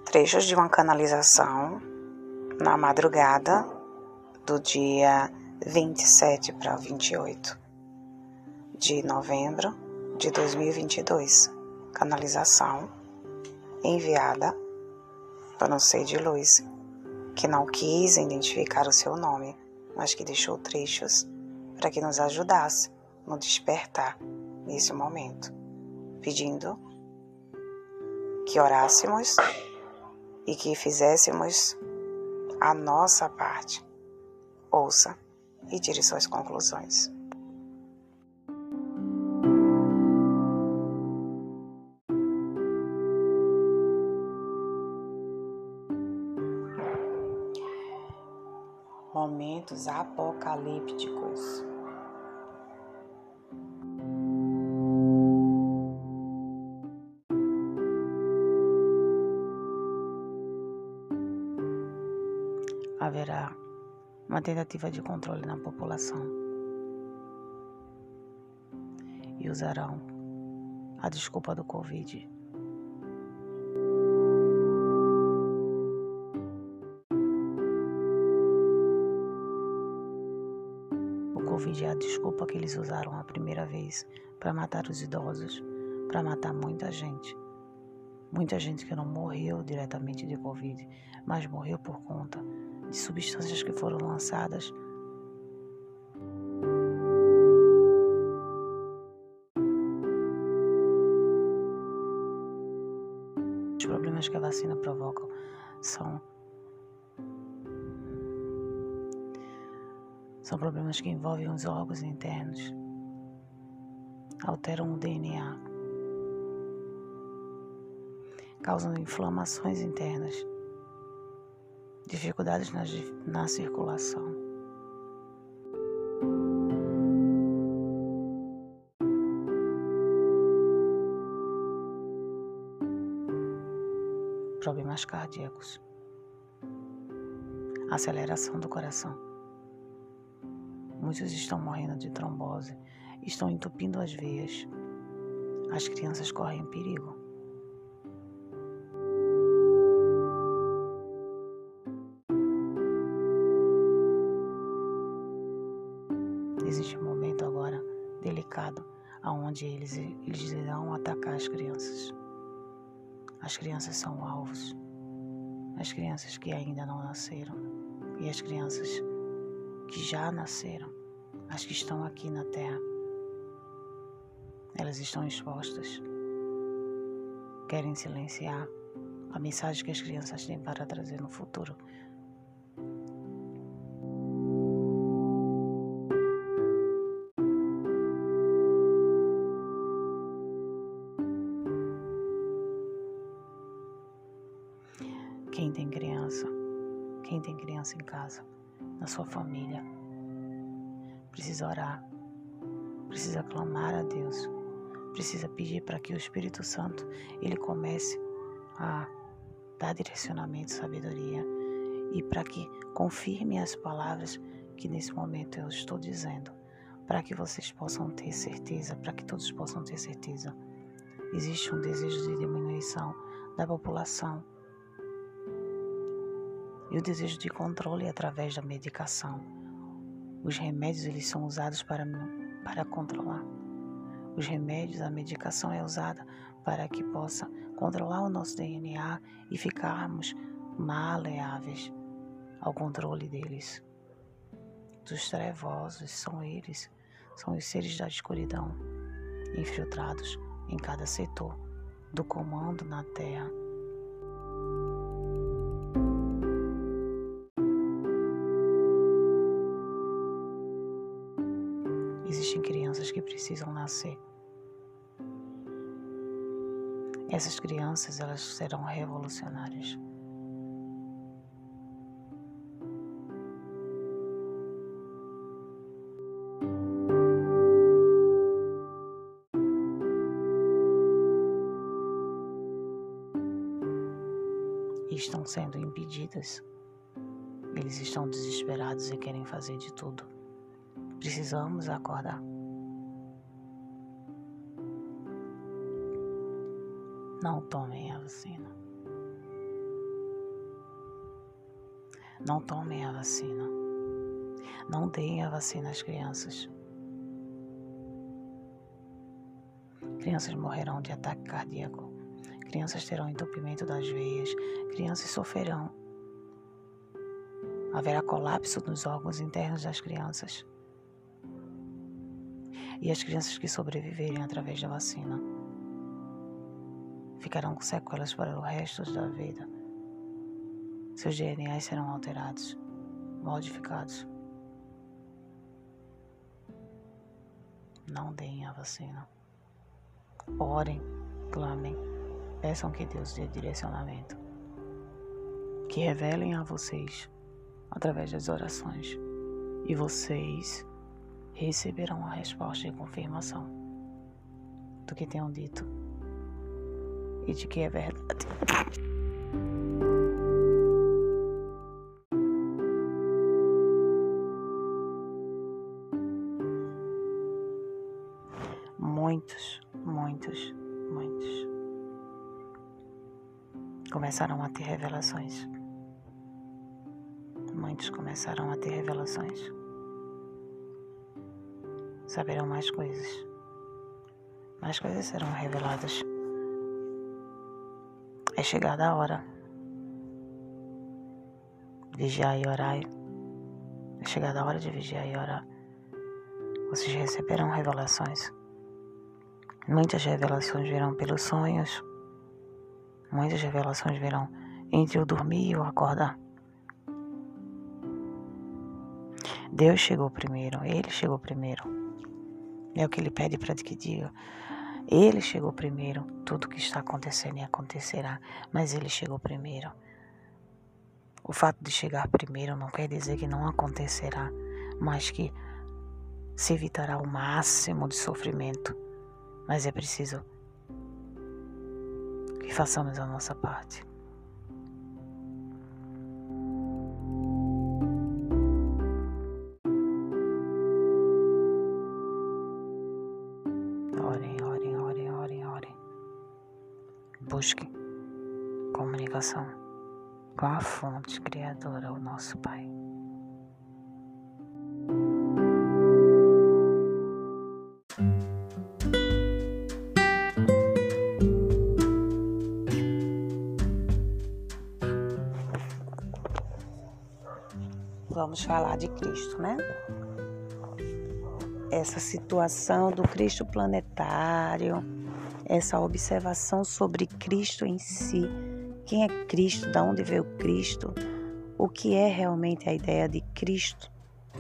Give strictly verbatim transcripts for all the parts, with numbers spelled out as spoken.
trechos de uma canalização na madrugada do dia vinte e sete para vinte e oito de novembro de dois mil e vinte e dois. Canalização enviada por um ser de luz que não quis identificar o seu nome, mas que deixou trechos para que nos ajudasse no despertar nesse momento, pedindo que orássemos e que fizéssemos a nossa parte. Ouça e tire suas conclusões. Momentos apocalípticos. Haverá uma tentativa de controle na população e usarão a desculpa do Covid. O Covid é a desculpa que eles usaram a primeira vez para matar os idosos, para matar muita gente. Muita gente que não morreu diretamente de Covid, mas morreu por conta de substâncias que foram lançadas os problemas que a vacina provoca são são problemas que envolvem os órgãos internos, alteram o D N A, causam inflamações internas, dificuldades na, na circulação. Problemas cardíacos, aceleração do coração. Muitos estão morrendo de trombose, estão entupindo as veias. As crianças correm perigo. Existe um momento agora delicado onde eles, eles irão atacar as crianças. As crianças são alvos. As crianças que ainda não nasceram e as crianças que já nasceram, as que estão aqui na Terra, elas estão expostas. Querem silenciar a mensagem que as crianças têm para trazer no futuro. Quem tem criança, quem tem criança em casa, na sua família, precisa orar, precisa clamar a Deus, precisa pedir para que o Espírito Santo ele comece a dar direcionamento e sabedoria e para que confirme as palavras que nesse momento eu estou dizendo, para que vocês possam ter certeza, para que todos possam ter certeza. Existe um desejo de diminuição da população e o desejo de controle através da medicação. Os remédios eles são usados para, para controlar. Os remédios, a medicação é usada para que possa controlar o nosso D N A e ficarmos maleáveis ao controle deles. Dos trevosos são eles, são os seres da escuridão, infiltrados em cada setor do comando na Terra. Existem crianças que precisam nascer. Essas crianças, elas serão revolucionárias. E estão sendo impedidas. Eles estão desesperados e querem fazer de tudo. Precisamos acordar. Não tomem a vacina. Não tomem a vacina. Não deem a vacina às crianças. Crianças morrerão de ataque cardíaco. Crianças terão entupimento das veias. Crianças sofrerão. Haverá colapso nos órgãos internos das crianças. E as crianças que sobreviverem através da vacina ficarão com sequelas para o resto da vida. Seus D N As serão alterados, modificados. Não deem a vacina. Orem, clamem, peçam que Deus dê direcionamento. Que revelem a vocês através das orações. E vocês receberão a resposta e confirmação do que tenham dito e de que é verdade. Muitos, muitos, muitos começarão a ter revelações. Muitos começarão a ter revelações. Saberão mais coisas. Mais coisas serão reveladas. É chegada a hora. Vigiai e orai. É chegada a hora de vigiar e orar. Vocês receberão revelações. Muitas revelações virão pelos sonhos. Muitas revelações virão entre o dormir e o acordar. Deus chegou primeiro. Ele chegou primeiro. É o que Ele pede para que diga. Ele chegou primeiro. Tudo que está acontecendo e acontecerá. Mas Ele chegou primeiro. O fato de chegar primeiro não quer dizer que não acontecerá. Mas que se evitará o máximo de sofrimento. Mas é preciso que façamos a nossa parte. Orem, orem, orem, orem, orem. Busquem comunicação com a fonte criadora, o nosso Pai. Vamos falar de Cristo, né? Essa situação do Cristo planetário, essa observação sobre Cristo em si. Quem é Cristo? De onde veio Cristo? O que é realmente a ideia de Cristo?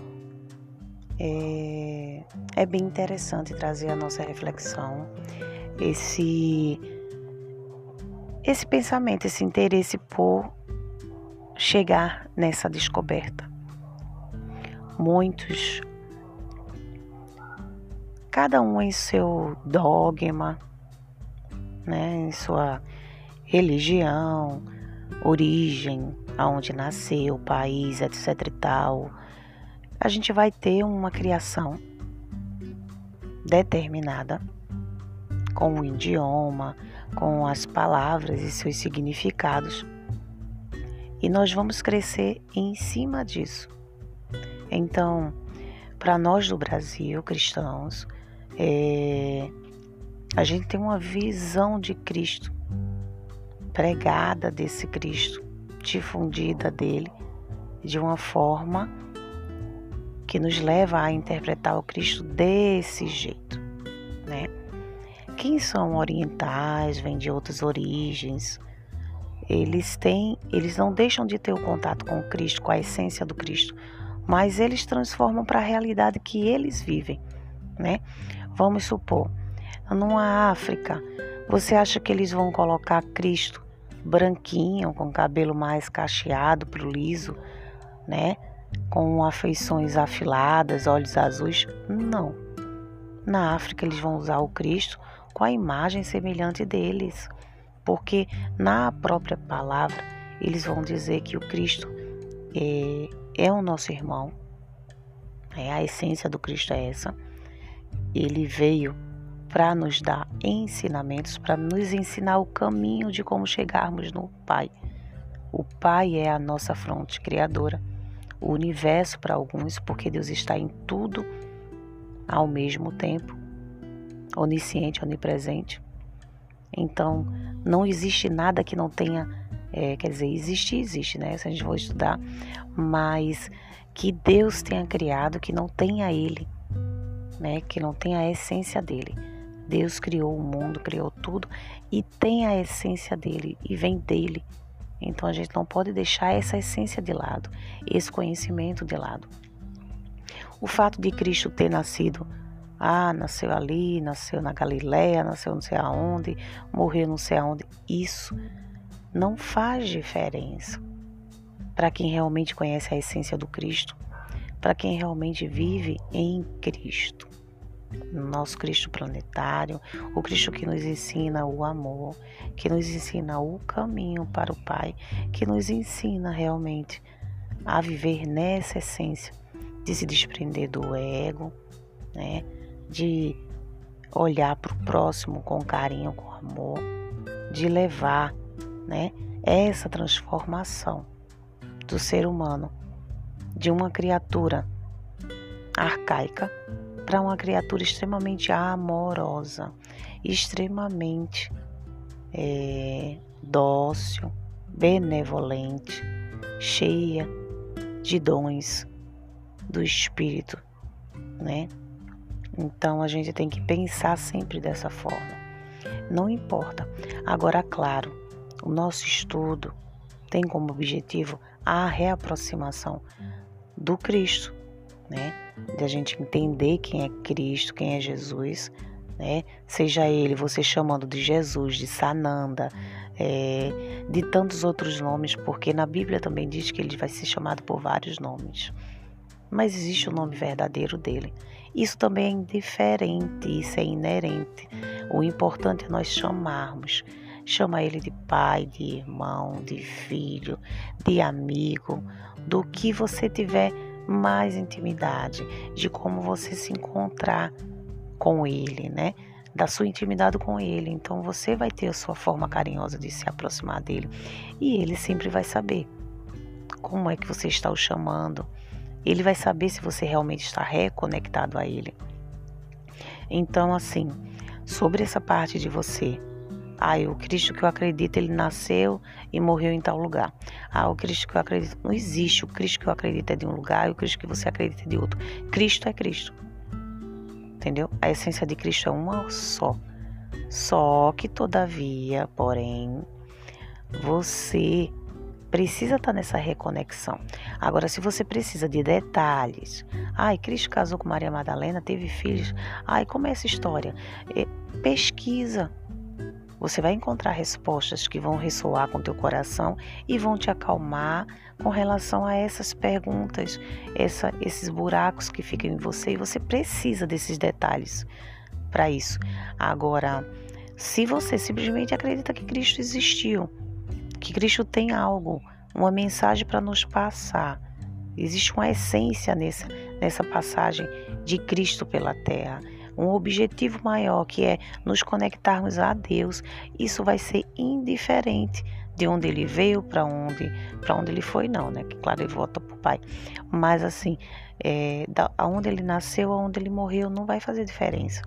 É, é bem interessante trazer a nossa reflexão, esse, esse pensamento, esse interesse por chegar nessa descoberta. Muitos, cada um em seu dogma, né, em sua religião, origem, aonde nasceu, país, etc e tal, a gente vai ter uma criação determinada, com o idioma, com as palavras e seus significados, e nós vamos crescer em cima disso. Então, para nós do Brasil, cristãos, é, a gente tem uma visão de Cristo, pregada desse Cristo, difundida dele, de uma forma que nos leva a interpretar o Cristo desse jeito, né? Quem são orientais, vêm de outras origens, eles têm, eles não deixam de ter o contato com o Cristo, com a essência do Cristo, mas eles transformam para a realidade que eles vivem, né? Vamos supor, numa África, você acha que eles vão colocar Cristo branquinho, com cabelo mais cacheado pro liso, né? Com afeições afiladas, olhos azuis? Não. Na África eles vão usar o Cristo com a imagem semelhante deles, porque na própria palavra eles vão dizer que o Cristo é, é o nosso irmão, é, a essência do Cristo é essa. Ele veio para nos dar ensinamentos, para nos ensinar o caminho de como chegarmos no Pai, O Pai é a nossa fonte criadora. O universo para alguns, porque Deus está em tudo ao mesmo tempo, onisciente, onipresente. Então, não existe nada que não tenha, é, quer dizer, existe e existe, né? Se a gente for estudar, mas que Deus tenha criado, que não tenha Ele, né? Que não tenha a essência dele. Deus criou o mundo, criou tudo e tem a essência dele e vem dele. Então, a gente não pode deixar essa essência de lado, esse conhecimento de lado. O fato de Cristo ter nascido, ah, nasceu ali, nasceu na Galileia, nasceu não sei aonde, morreu não sei aonde, isso não faz diferença para quem realmente conhece a essência do Cristo, para quem realmente vive em Cristo. Nosso Cristo planetário, o Cristo que nos ensina o amor, que nos ensina o caminho para o Pai, que nos ensina realmente a viver nessa essência, de se desprender do ego, né? De olhar para o próximo com carinho, com amor, de levar, né, essa transformação do ser humano, de uma criatura arcaica para uma criatura extremamente amorosa, extremamente é, dócil, benevolente, cheia de dons do Espírito, né? Então, a gente tem que pensar sempre dessa forma. Não importa. Agora, claro, o nosso estudo tem como objetivo a reaproximação do Cristo, né? De a gente entender quem é Cristo, quem é Jesus, né? Seja ele, você chamando de Jesus, de Sananda, é, de tantos outros nomes, porque na Bíblia também diz que ele vai ser chamado por vários nomes. Mas existe o nome verdadeiro dele. Isso também é indiferente, isso é inerente. O importante é nós chamarmos. Chama ele de pai, de irmão, de filho, de amigo, do que você tiver mais intimidade, de como você se encontrar com ele, né? Da sua intimidade com ele. Então você vai ter a sua forma carinhosa de se aproximar dele. E ele sempre vai saber como é que você está o chamando. Ele vai saber se você realmente está reconectado a ele. Então, assim, sobre essa parte de você, ah, o Cristo que eu acredito, ele nasceu e morreu em tal lugar. Ah, o Cristo que eu acredito, não existe. O Cristo que eu acredito é de um lugar e o Cristo que você acredita é de outro. Cristo é Cristo. Entendeu? A essência de Cristo é uma só. Só que, todavia, porém, você precisa estar nessa reconexão. Agora, se você precisa de detalhes, ai, Cristo casou com Maria Madalena, teve filhos, ai, como é essa história? É, pesquisa. Você vai encontrar respostas que vão ressoar com teu coração e vão te acalmar com relação a essas perguntas, essa, esses buracos que ficam em você, e você precisa desses detalhes para isso. Agora, se você simplesmente acredita que Cristo existiu, que Cristo tem algo, uma mensagem para nos passar. Existe uma essência nessa, nessa passagem de Cristo pela Terra. Um objetivo maior que é nos conectarmos a Deus. Isso vai ser indiferente de onde ele veio, para onde, para onde ele foi, não, né? Que claro, ele volta para o Pai. Mas assim, é, da, aonde ele nasceu, aonde ele morreu, não vai fazer diferença.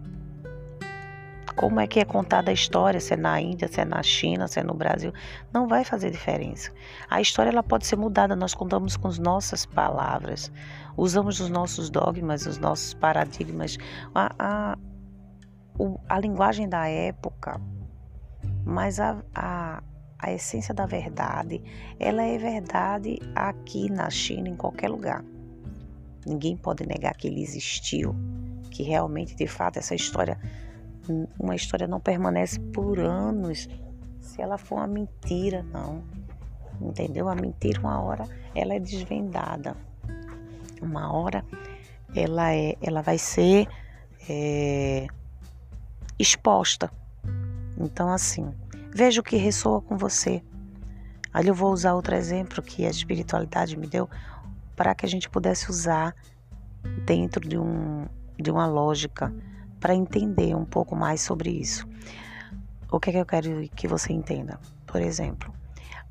Como é que é contada a história, se é na Índia, se é na China, se é no Brasil, não vai fazer diferença. A história ela pode ser mudada, nós contamos com as nossas palavras, usamos os nossos dogmas, os nossos paradigmas, a, a, a linguagem da época, mas a, a, a essência da verdade, ela é verdade aqui na China, em qualquer lugar. Ninguém pode negar que ele existiu, que realmente, de fato, essa história... Uma história não permanece por anos se ela for uma mentira, não. Entendeu? A mentira, uma hora, ela é desvendada. Uma hora, ela, é, ela vai ser é, exposta. Então, assim, veja o que ressoa com você. Aí eu vou usar outro exemplo que a espiritualidade me deu para que a gente pudesse usar dentro de, um, de uma lógica para entender um pouco mais sobre isso. O que é que eu quero que você entenda? Por exemplo,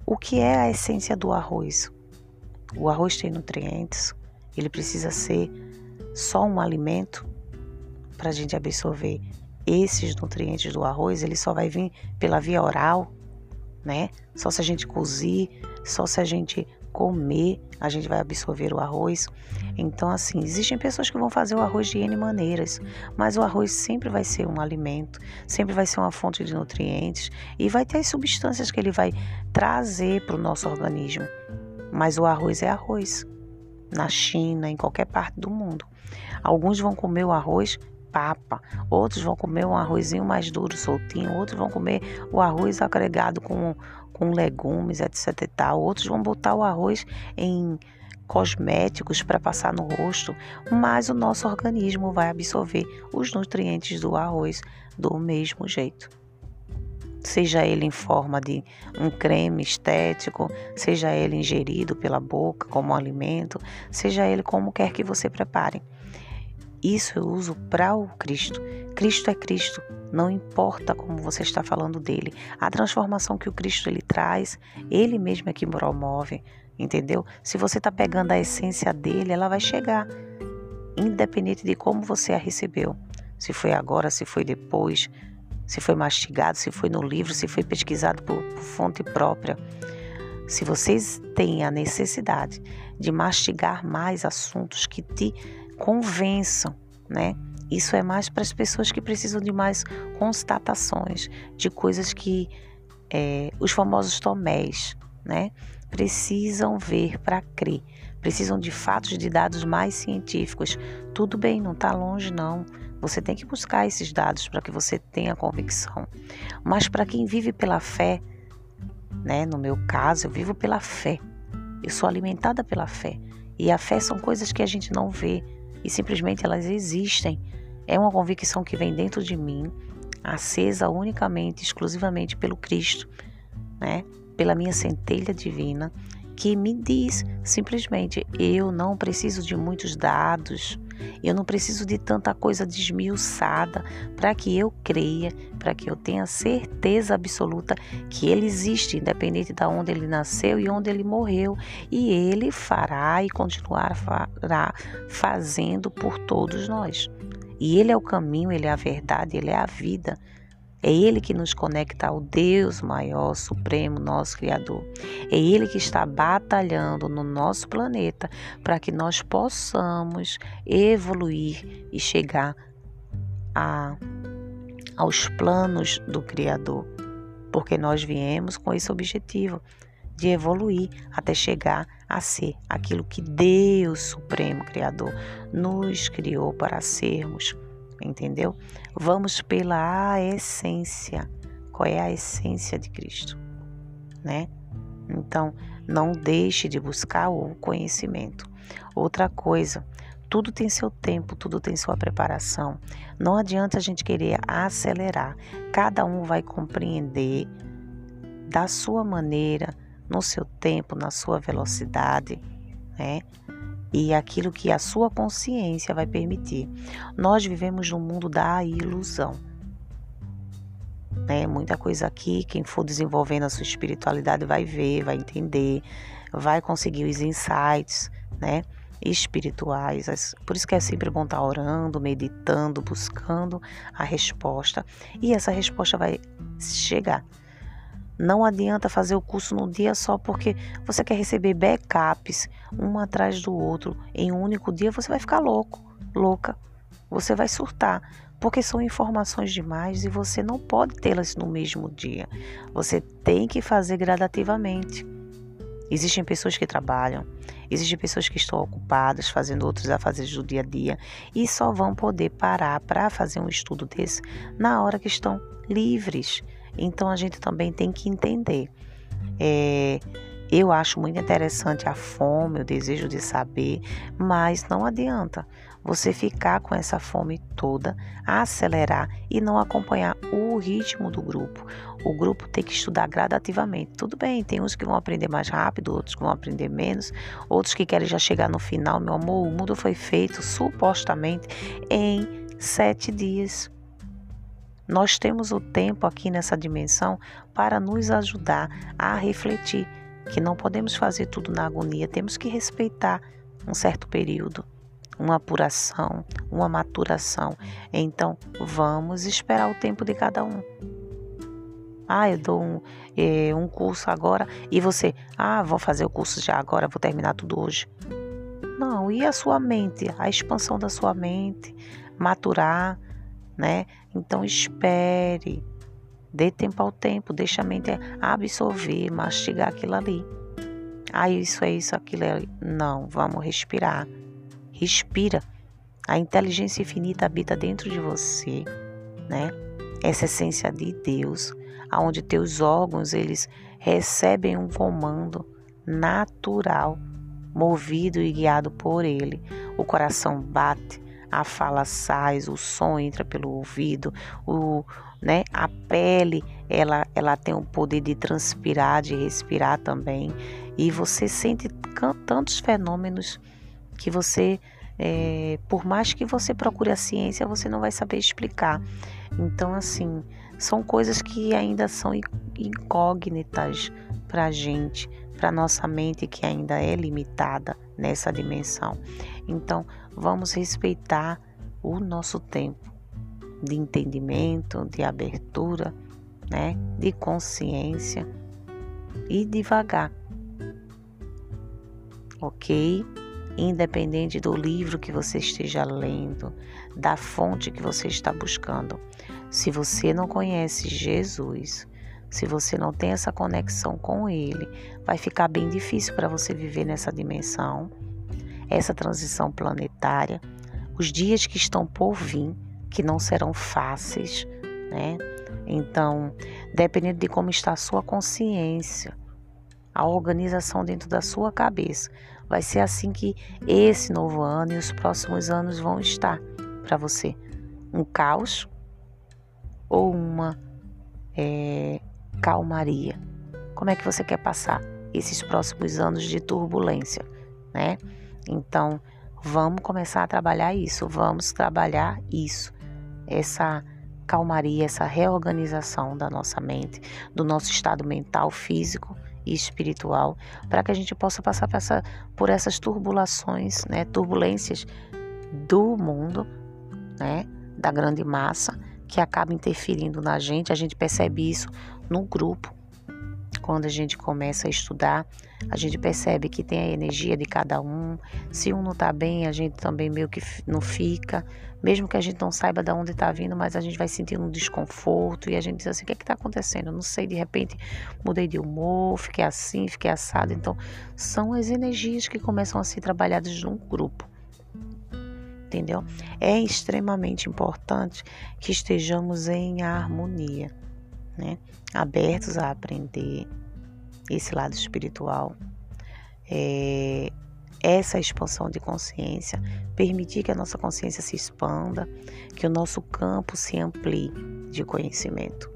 O que é a essência do arroz? O arroz tem nutrientes, ele precisa ser só um alimento para a gente absorver esses nutrientes do arroz, ele só vai vir pela via oral, né? Só se a gente cozir, só se a gente comer, a gente vai absorver o arroz. Então, assim, existem pessoas que vão fazer o arroz de N maneiras, mas o arroz sempre vai ser um alimento, sempre vai ser uma fonte de nutrientes e vai ter as substâncias que ele vai trazer para o nosso organismo. Mas o arroz é arroz, na China, em qualquer parte do mundo. Alguns vão comer o arroz papa, outros vão comer um arrozinho mais duro, soltinho, outros vão comer o arroz agregado com, com legumes, etc e tal, outros vão botar o arroz em cosméticos para passar no rosto, mas o nosso organismo vai absorver os nutrientes do arroz do mesmo jeito. Seja ele em forma de um creme estético, seja ele ingerido pela boca como alimento, seja ele como quer que você prepare. Isso eu uso para o Cristo. Cristo é Cristo, não importa como você está falando dele. A transformação que o Cristo ele traz, ele mesmo é que promove, entendeu? Se você está pegando a essência dele, ela vai chegar, independente de como você a recebeu. Se foi agora, se foi depois, se foi mastigado, se foi no livro, se foi pesquisado por, por fonte própria. Se vocês têm a necessidade de mastigar mais assuntos que te convençam, né? Isso é mais para as pessoas que precisam de mais constatações, de coisas que é, os famosos toméis, né? Precisam ver para crer, precisam de fatos, de dados mais científicos. Tudo bem, não está longe não. Você tem que buscar esses dados para que você tenha convicção. Mas para quem vive pela fé, né? No meu caso, eu vivo pela fé. Eu sou alimentada pela fé. E a fé são coisas que a gente não vê. E simplesmente elas existem. É uma convicção que vem dentro de mim, acesa unicamente, exclusivamente pelo Cristo, né? Pela minha centelha divina, que me diz simplesmente, eu não preciso de muitos dados, eu não preciso de tanta coisa desmiuçada para que eu creia, para que eu tenha certeza absoluta que ele existe, independente de onde ele nasceu e onde ele morreu, e ele fará e continuará fará, fazendo por todos nós. E ele é o caminho, ele é a verdade, ele é a vida. É ele que nos conecta ao Deus maior, supremo, nosso Criador. É ele que está batalhando no nosso planeta para que nós possamos evoluir e chegar a, aos planos do Criador. Porque nós viemos com esse objetivo de evoluir até chegar a ser aquilo que Deus, Supremo Criador, nos criou para sermos. Entendeu? Vamos pela essência. Qual é a essência de Cristo, né? Então, não deixe de buscar o conhecimento. Outra coisa, tudo tem seu tempo, tudo tem sua preparação. Não adianta a gente querer acelerar. Cada um vai compreender da sua maneira, no seu tempo, na sua velocidade, né? E aquilo que a sua consciência vai permitir. Nós vivemos num mundo da ilusão, né? Muita coisa aqui, quem for desenvolvendo a sua espiritualidade vai ver, vai entender, vai conseguir os insights, né? Espirituais. Por isso que é sempre bom estar orando, meditando, buscando a resposta. E essa resposta vai chegar. Não adianta fazer o curso num dia só porque você quer receber backups um atrás do outro em um único dia. Você vai ficar louco, louca. Você vai surtar, porque são informações demais e você não pode tê-las no mesmo dia. Você tem que fazer gradativamente. Existem pessoas que trabalham, existem pessoas que estão ocupadas fazendo outros afazeres do dia a dia e só vão poder parar para fazer um estudo desse na hora que estão livres. Então, a gente também tem que entender. É, eu acho muito interessante a fome, o desejo de saber, mas não adianta você ficar com essa fome toda, acelerar e não acompanhar o ritmo do grupo. O grupo tem que estudar gradativamente. Tudo bem, tem uns que vão aprender mais rápido, outros que vão aprender menos, outros que querem já chegar no final. Meu amor, o mundo foi feito supostamente em sete dias. Nós temos o tempo aqui nessa dimensão para nos ajudar a refletir que não podemos fazer tudo na agonia, temos que respeitar um certo período, uma apuração, uma maturação. Então, vamos esperar o tempo de cada um. Ah, eu dou um, eh, um curso agora e você, ah, vou fazer o curso já agora, vou terminar tudo hoje. Não, e a sua mente, a expansão da sua mente, maturar, né? Então, espere, dê tempo ao tempo, deixa a mente absorver, mastigar aquilo ali. Ah, isso é isso, aquilo é... Não, vamos respirar. Respira. A inteligência infinita habita dentro de você, né? Essa essência de Deus, onde teus órgãos, eles recebem um comando natural, movido e guiado por Ele. O coração bate, a fala sai, o som entra pelo ouvido, o, né, a pele, ela, ela tem o poder de transpirar, de respirar também. E você sente tantos fenômenos que você, é, por mais que você procure a ciência, você não vai saber explicar. Então, assim, são coisas que ainda são incógnitas para a gente, para nossa mente que ainda é limitada nessa dimensão. Então, vamos respeitar o nosso tempo de entendimento, de abertura, né, de consciência e devagar, ok? Independente do livro que você esteja lendo, da fonte que você está buscando. Se você não conhece Jesus, se você não tem essa conexão com Ele, vai ficar bem difícil para você viver nessa dimensão, essa transição planetária, os dias que estão por vir, que não serão fáceis, né? Então, dependendo de como está a sua consciência, a organização dentro da sua cabeça, vai ser assim que esse novo ano e os próximos anos vão estar para você. Um caos ou uma é, calmaria. Como é que você quer passar esses próximos anos de turbulência, né? Então, vamos começar a trabalhar isso, vamos trabalhar isso, essa calmaria, essa reorganização da nossa mente, do nosso estado mental, físico e espiritual, para que a gente possa passar por, essa, por essas turbulações, né, turbulências do mundo, né, da grande massa, que acaba interferindo na gente. A gente percebe isso no grupo. Quando a gente começa a estudar, a gente percebe que tem a energia de cada um. Se um não está bem, a gente também meio que não fica. Mesmo que a gente não saiba de onde está vindo, mas a gente vai sentindo um desconforto. E a gente diz assim, o que é que está acontecendo? Eu não sei, de repente mudei de humor, fiquei assim, fiquei assado. Então, são as energias que começam a ser trabalhadas num grupo. Entendeu? É extremamente importante que estejamos em harmonia, né? Abertos a aprender esse lado espiritual, é, essa expansão de consciência, permitir que a nossa consciência se expanda, que o nosso campo se amplie de conhecimento.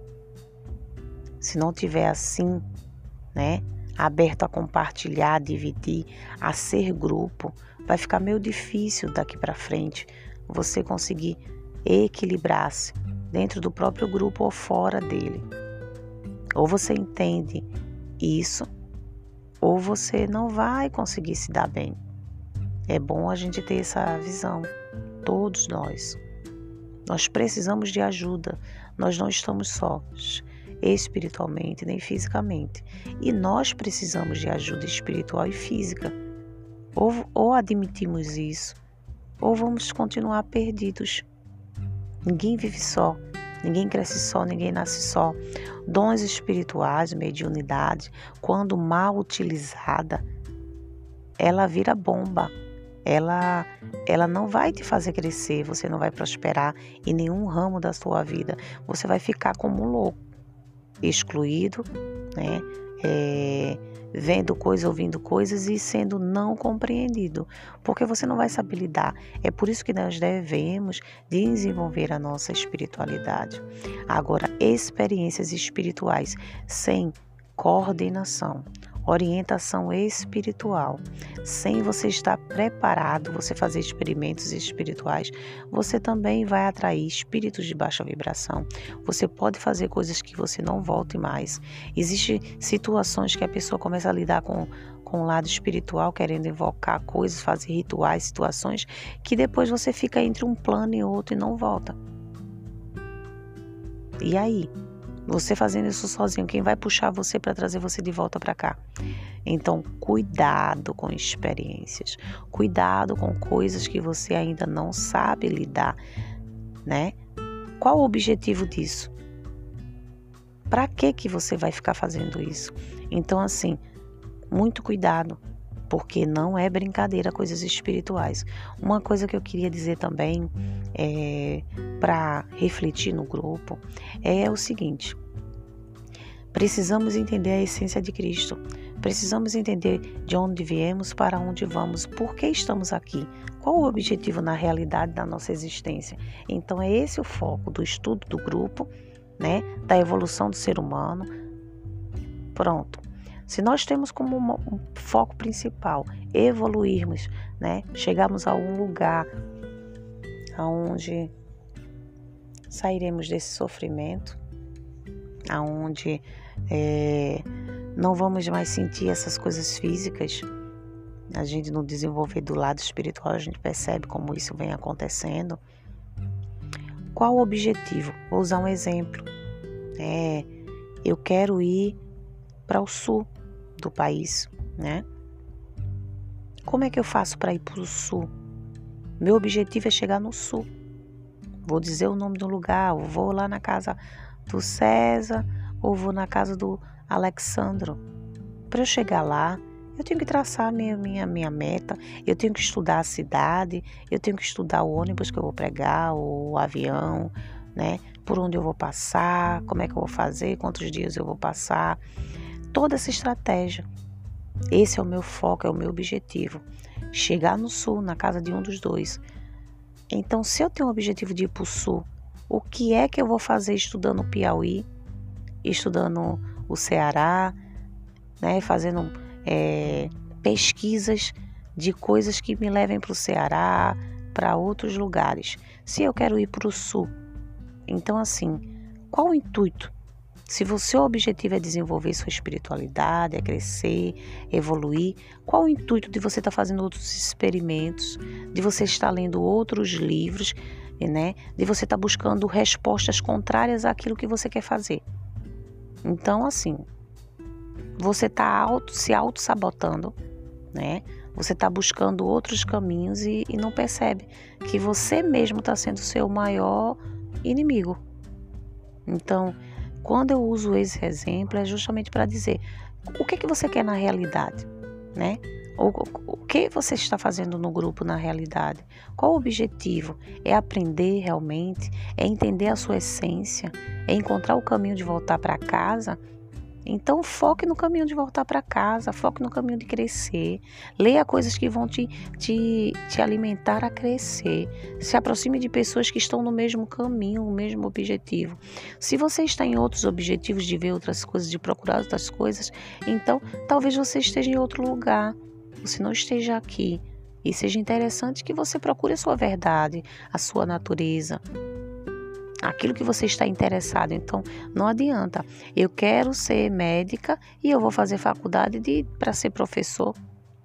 Se não tiver assim, né, aberto a compartilhar, a dividir, a ser grupo, vai ficar meio difícil daqui para frente você conseguir equilibrar-se dentro do próprio grupo ou fora dele. Ou você entende isso, ou você não vai conseguir se dar bem. É bom a gente ter essa visão, todos nós. Nós precisamos de ajuda, nós não estamos sós, espiritualmente nem fisicamente. E nós precisamos de ajuda espiritual e física. Ou, ou admitimos isso, ou vamos continuar perdidos. Ninguém vive só. Ninguém cresce só, ninguém nasce só. Dons espirituais, mediunidade, quando mal utilizada, ela vira bomba. Ela, ela não vai te fazer crescer, você não vai prosperar em nenhum ramo da sua vida. Você vai ficar como um louco, excluído, né? É, vendo coisas, ouvindo coisas e sendo não compreendido, porque você não vai saber lidar. É por isso que nós devemos desenvolver a nossa espiritualidade. Agora, experiências espirituais sem coordenação orientação espiritual. Sem você estar preparado, você fazer experimentos espirituais, você também vai atrair espíritos de baixa vibração. Você pode fazer coisas que você não volte mais. Existem situações que a pessoa começa a lidar com, com o lado espiritual, querendo invocar coisas, fazer rituais, situações, que depois você fica entre um plano e outro e não volta. E aí? Você fazendo isso sozinho, quem vai puxar você para trazer você de volta para cá? Então, cuidado com experiências. Cuidado com coisas que você ainda não sabe lidar, né? Qual o objetivo disso? Para que que você vai ficar fazendo isso? Então, assim, muito cuidado, porque não é brincadeira coisas espirituais. Uma coisa que eu queria dizer também, é, para refletir no grupo, é o seguinte: precisamos entender a essência de Cristo. Precisamos entender de onde viemos, para onde vamos, por que estamos aqui, qual o objetivo na realidade da nossa existência. Então é esse o foco do estudo do grupo, né, da evolução do ser humano. Pronto. Se nós temos como um foco principal evoluirmos, né, chegarmos a algum lugar onde sairemos desse sofrimento, aonde é, não vamos mais sentir essas coisas físicas, a gente no desenvolver do lado espiritual, a gente percebe como isso vem acontecendo. Qual o objetivo? Vou usar um exemplo. É, eu quero ir para o sul do país, né? Como é que eu faço para ir para o sul? Meu objetivo é chegar no sul. Vou dizer o nome do lugar, eu vou lá na casa do César ou vou na casa do Alexandro. Para eu chegar lá, eu tenho que traçar a minha, minha, minha meta, eu tenho que estudar a cidade, eu tenho que estudar o ônibus que eu vou pegar, o avião, né? Por onde eu vou passar, como é que eu vou fazer, quantos dias eu vou passar. Toda essa estratégia. Esse é o meu foco, é o meu objetivo. Chegar no sul, na casa de um dos dois. Então, se eu tenho o objetivo de ir para o sul, o que é que eu vou fazer estudando o Piauí, estudando o Ceará, né, fazendo é, pesquisas de coisas que me levem para o Ceará, para outros lugares. Se eu quero ir para o sul, então assim, qual o intuito? Se o seu objetivo é desenvolver sua espiritualidade, é crescer, evoluir, qual o intuito de você estar tá fazendo outros experimentos, de você estar lendo outros livros, né? De você estar tá buscando respostas contrárias àquilo que você quer fazer? Então, assim, você está auto, se auto-sabotando, né? Você está buscando outros caminhos e, e não percebe que você mesmo está sendo o seu maior inimigo. Então, quando eu uso esse exemplo, é justamente para dizer o que, que você quer na realidade, né? O, o que você está fazendo no grupo na realidade? Qual o objetivo? É aprender realmente? É entender a sua essência? É encontrar o caminho de voltar para casa? Então, foque no caminho de voltar para casa, foque no caminho de crescer. Leia coisas que vão te, te, te alimentar a crescer. Se aproxime de pessoas que estão no mesmo caminho, no mesmo objetivo. Se você está em outros objetivos de ver outras coisas, de procurar outras coisas, então talvez você esteja em outro lugar, você não esteja aqui. E seja interessante que você procure a sua verdade, a sua natureza, aquilo que você está interessado. Então, não adianta. Eu quero ser médica e eu vou fazer faculdade para ser professor.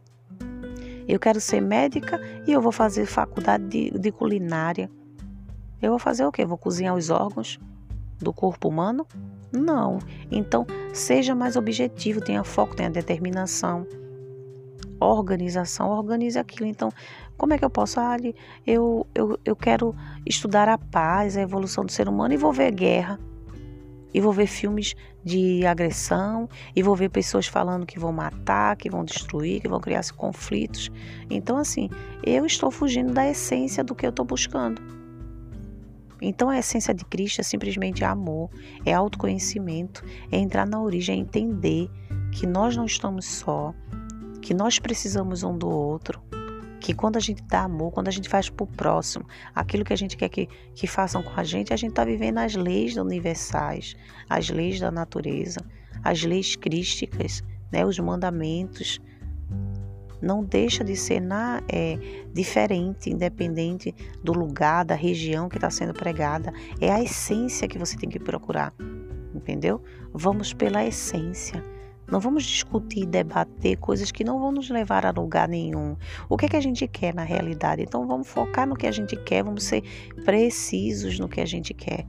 Eu quero ser médica e eu vou fazer faculdade de, de culinária. Eu vou fazer o quê? Vou cozinhar os órgãos do corpo humano? Não. Então, seja mais objetivo, tenha foco, tenha determinação. Organização, organize aquilo. Então, como é que eu posso? Ah, eu, eu, eu quero estudar a paz, a evolução do ser humano e vou ver guerra. E vou ver filmes de agressão. E vou ver pessoas falando que vão matar, que vão destruir, que vão criar conflitos. Então, assim, eu estou fugindo da essência do que eu estou buscando. Então, a essência de Cristo é simplesmente amor, é autoconhecimento, é entrar na origem, é entender que nós não estamos só, que nós precisamos um do outro, que quando a gente dá amor, quando a gente faz pro próximo, aquilo que a gente quer que, que façam com a gente, a gente está vivendo as leis universais, as leis da natureza, as leis crísticas, né? Os mandamentos. Não deixa de ser na, é, diferente, independente do lugar, da região que está sendo pregada. É a essência que você tem que procurar, entendeu? Vamos pela essência. Não vamos discutir, debater coisas que não vão nos levar a lugar nenhum. O que é que a gente quer na realidade? Então vamos focar no que a gente quer, vamos ser precisos no que a gente quer.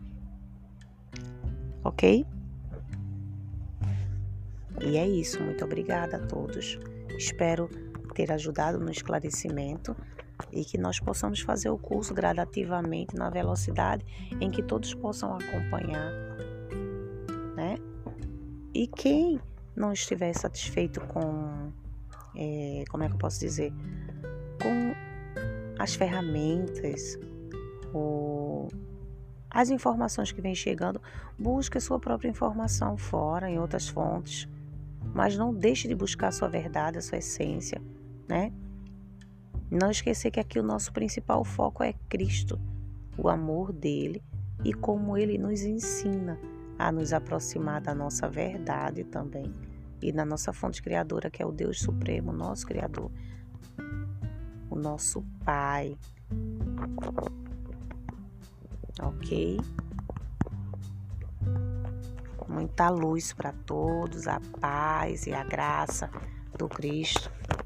Ok? E é isso. Muito obrigada a todos. Espero ter ajudado no esclarecimento e que nós possamos fazer o curso gradativamente na velocidade em que todos possam acompanhar, né? E quem não estiver satisfeito com, é, como é que eu posso dizer, com as ferramentas ou as informações que vêm chegando, busque a sua própria informação fora, em outras fontes, mas não deixe de buscar a sua verdade, a sua essência, né? Não esquecer que aqui o nosso principal foco é Cristo, o amor dele e como ele nos ensina a nos aproximar da nossa verdade também e da nossa fonte criadora, que é o Deus Supremo, nosso Criador, o nosso Pai. Ok? Muita luz para todos, a paz e a graça do Cristo.